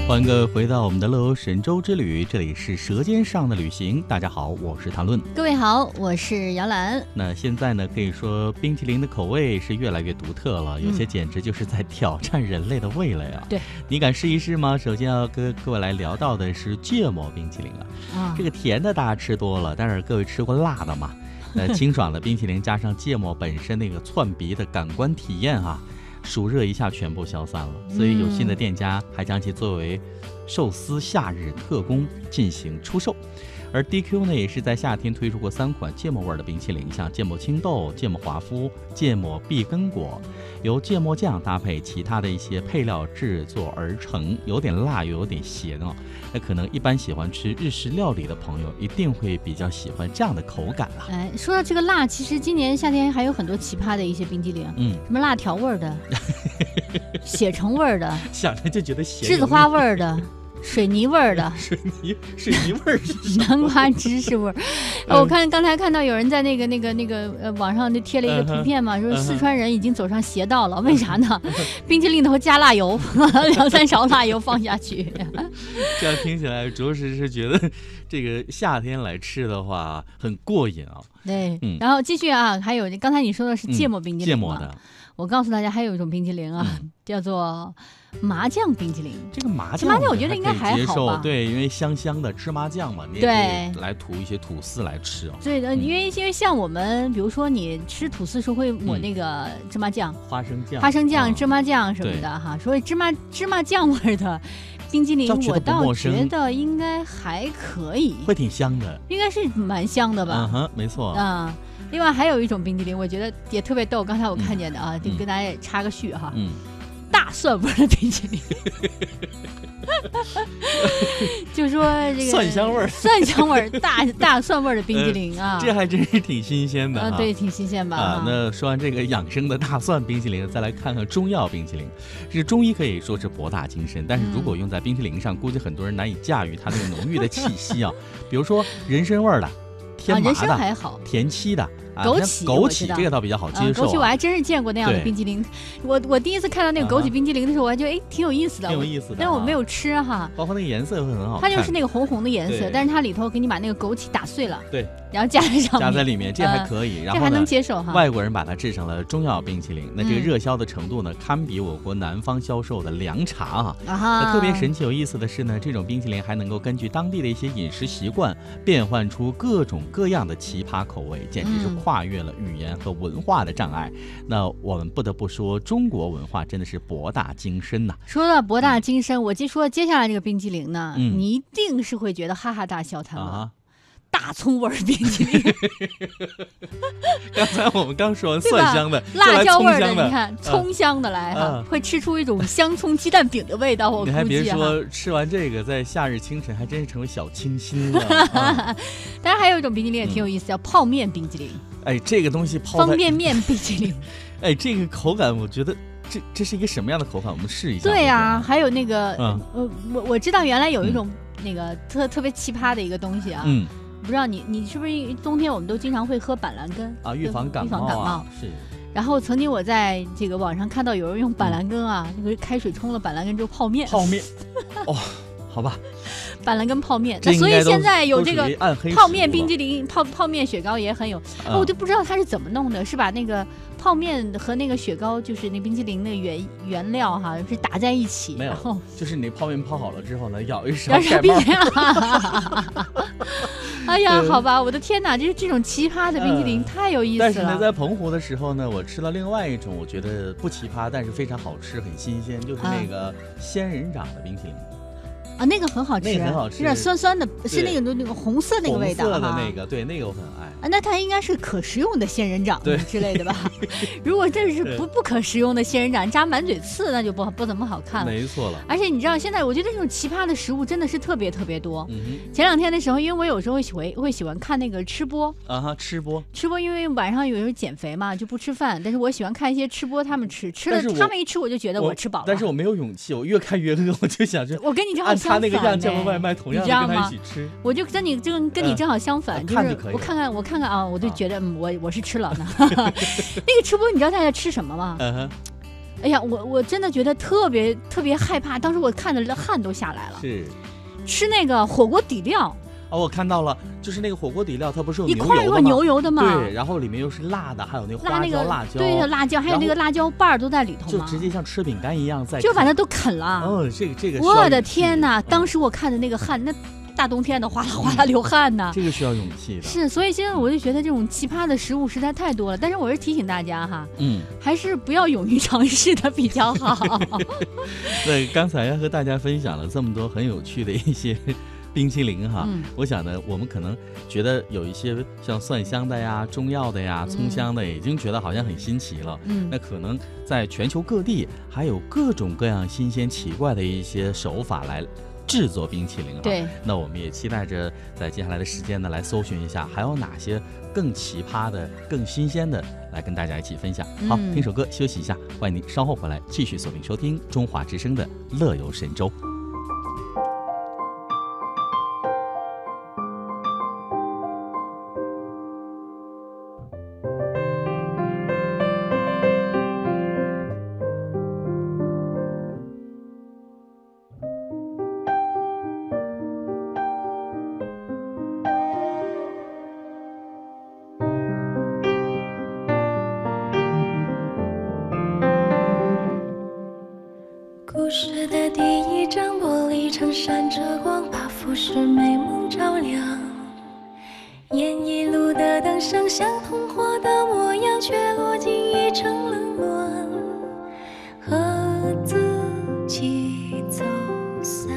欢迎各位回到我们的乐游神州之旅，这里是舌尖上的旅行。大家好，我是谭论。 各位好，我是姚兰。 那现在呢，可以说冰淇淋的口味是越来越独特了，有些简直就是在挑战人类的味蕾啊。 对， 你敢试一试吗？首先要跟各位来聊到的是芥末冰淇淋啊。这个甜的大家吃多了，但是各位吃过辣的吗？清爽的冰淇淋加上芥末本身那个窜鼻的感官体验啊，暑热一下全部消散了，所以有心的店家还将其作为寿司夏日特供进行出售。而 DQ 呢，也是在夏天推出过3款芥末味的冰淇淋，像芥末青豆、芥末华夫、芥末碧根果，由芥末酱搭配其他的一些配料制作而成，有点辣又有点咸哦。那可能一般喜欢吃日式料理的朋友一定会比较喜欢这样的口感啊。 说到这个辣，其实今年夏天还有很多奇葩的一些冰激凌，什么辣条味的、血橙味的， 想着就觉得咸， 栀子花味的。水泥味儿的， 水泥味儿是南瓜芝士味儿。我刚才看到有人在那个网上就贴了一个图片嘛，说四川人已经走上邪道了，为啥呢？冰淇淋头加辣油，2-3勺辣油放下去。 这样听起来着实是觉得这个夏天来吃的话很过瘾啊。 对，然后继续啊，还有刚才你说的是芥末冰淇淋， 芥末的。 我告诉大家，还有一种冰淇淋啊，叫做麻酱冰淇淋。 这个麻酱我觉得应该还好吧？ 对，因为香香的芝麻酱嘛，你也可以来涂一些吐司来吃哦。 对的，因为像我们，比如说你吃吐司的时候会抹那个芝麻酱、 花生酱、芝麻酱什么的哈，所以芝麻酱味的冰淇淋，我倒觉得应该还可以， 会挺香的， 应该是蛮香的吧？ 没错啊。另外还有一种冰淇淋，我觉得也特别逗，刚才我看见的啊，就跟大家插个序哈，大蒜味的冰淇淋，就说这个蒜香味大蒜味的冰淇淋啊， 这还真是挺新鲜的对，挺新鲜吧？ 那说完这个养生的大蒜冰淇淋，再来看看中药冰淇淋。这中医可以说是博大精深，但是如果用在冰淇淋上，估计很多人难以驾驭它那个浓郁的气息啊。比如说人参味的、天麻的、 还好， 田七的。 枸杞这个倒比较好接受。 枸杞我还真是见过那样的冰淇淋，我第一次看到那个枸杞冰淇淋的时候，我还觉得挺有意思的，但是我没有吃哈。 包括那个颜色会很好看， 它就是那个红红的颜色，但是它里头给你把那个枸杞打碎了， 对， 然后加在里面，这还可以，然后这还能接受哈。 外国人把它制成了中药冰淇淋，那这个热销的程度呢，堪比我国南方销售的凉茶那特别神奇有意思的是呢，这种冰淇淋还能够根据当地的一些饮食习惯，变换出各种各样的奇葩口味，简直是跨越了语言和文化的障碍。那我们不得不说，中国文化真的是博大精深呐。 说到博大精深，我就说接下来这个冰淇淋呢，你一定是会觉得哈哈大笑它了。大葱味冰淇淋， 刚才我们刚说完蒜香的、 辣椒味的，你看葱香的来哈，会吃出一种香葱鸡蛋饼的味道。我估计你还别说，吃完这个在夏日清晨还真是成为小清新了。 当然还有一种冰淇淋也挺有意思，叫泡面冰淇淋。 这个东西方便面冰淇淋。 这个口感我觉得这是一个什么样的口感？我们试一下。 对呀，还有那个我知道原来有一种那个特别奇葩的一个东西啊。不知道你是不是冬天我们都经常会喝板蓝根啊，预防感冒是。 然后曾经我在这个网上看到有人用板蓝根那个开水冲了板蓝根之后泡面好吧， 板蓝根泡面，那所以现在有这个泡面冰激凌、泡面雪糕也很有。我就不知道它是怎么弄的，是把那个泡面和那个雪糕，就是那冰淇淋的原料是打在一起， 没有，就是你泡面泡好了之后呢，舀一勺盖帽。哎呀，好吧，我的天哪，这种奇葩的冰淇淋太有意思了。 但是呢，在澎湖的时候呢，我吃了另外一种，我觉得不奇葩，但是非常好吃，很新鲜，就是那个仙人掌的冰淇淋。 那个很好吃，有点酸酸的，是那个红色那个味道红色的那个，对，那个我很爱。 那它应该是可食用的仙人掌之类的吧？如果这是不可食用的仙人掌，扎满嘴刺，那就不怎么好看了。 没错了。 而且你知道，现在我觉得这种奇葩的食物真的是特别特别多。前2天的时候，因为我有时候会喜欢看那个吃播吃播， 因为晚上有时候减肥嘛，就不吃饭，但是我喜欢看一些吃播，他们吃了，他们一吃我就觉得我吃饱了。 但是我没有勇气，我越看越饿，我就想着我跟你正好相反， 他那个样叫个外卖，同样的跟他一起吃。 我就跟你正好相反，就是我看看我就觉得我是吃了呢。那个吃播你知道他在吃什么吗？ 哎呀，我真的觉得特别特别害怕，当时我看的汗都下来了。 是， 吃那个火锅底料。 我看到了，就是那个火锅底料，它不是有一块牛油的吗？ 对，然后里面又是辣的，还有那个花椒、辣椒， 对，辣椒，还有那个辣椒瓣都在里头就直接像吃饼干一样在， 就把它都啃了。 这个， 我的天哪！当时我看的那个汗，那大冬天的哗啦哗啦流汗呢， 这个需要勇气的。 是，所以现在我就觉得这种奇葩的食物实在太多了。但是我是提醒大家哈，还是不要勇于尝试的比较好。 对，刚才和大家分享了这么多很有趣的一些冰淇淋哈，我想呢，我们可能觉得有一些像蒜香的呀、中药的呀、葱香的，已经觉得好像很新奇了。那可能在全球各地还有各种各样新鲜奇怪的一些手法来制作冰淇淋。 对， 那我们也期待着在接下来的时间呢，来搜寻一下还有哪些更奇葩的、更新鲜的，来跟大家一起分享。好，听首歌休息一下，欢迎您稍后回来继续锁定收听中华之声的乐游神州。 故事的第一张玻璃窗闪着光，把浮世美梦照亮。沿一路的灯声像童话的模样，却落进一场冷暖，和自己走散。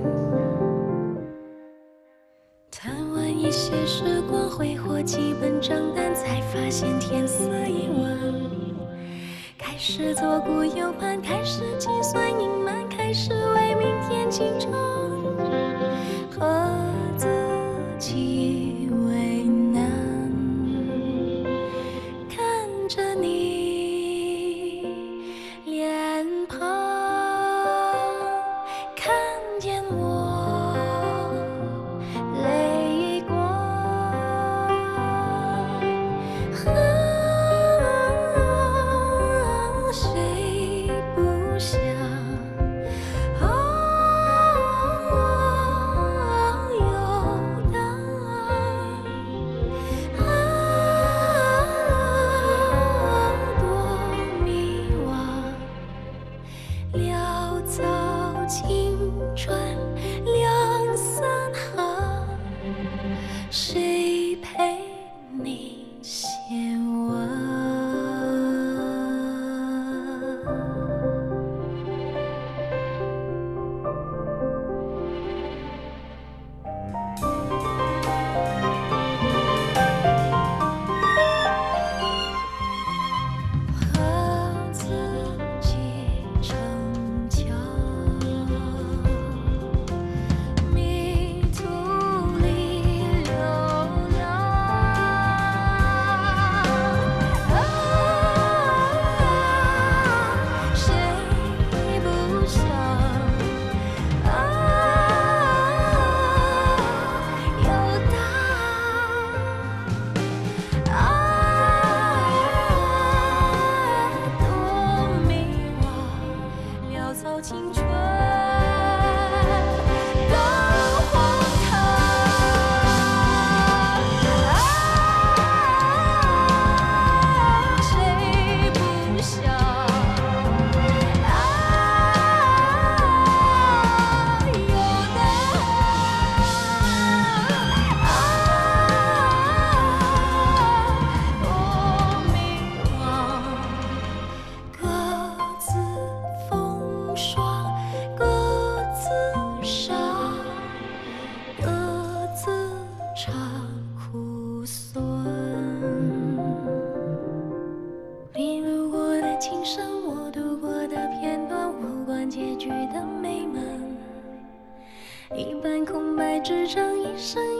贪玩一些时光，挥霍几本账单，才发现天色已晚。开始左顾右盼，开始计算隐瞒，开始为明天紧张，和自己为难。看着你脸庞，看见我泪光。谁不想有答案？多迷惘，潦草青春两三行，谁陪你写完？和自己逞强，迷途里流浪。谁不想有答案？多迷惘，潦草青春更荒唐。谁不想有答案？多迷惘，各自风霜，各自伤，各自尝苦酸。你路过的青山，我度过的片段，无关结局的美满。一半空白纸张，一生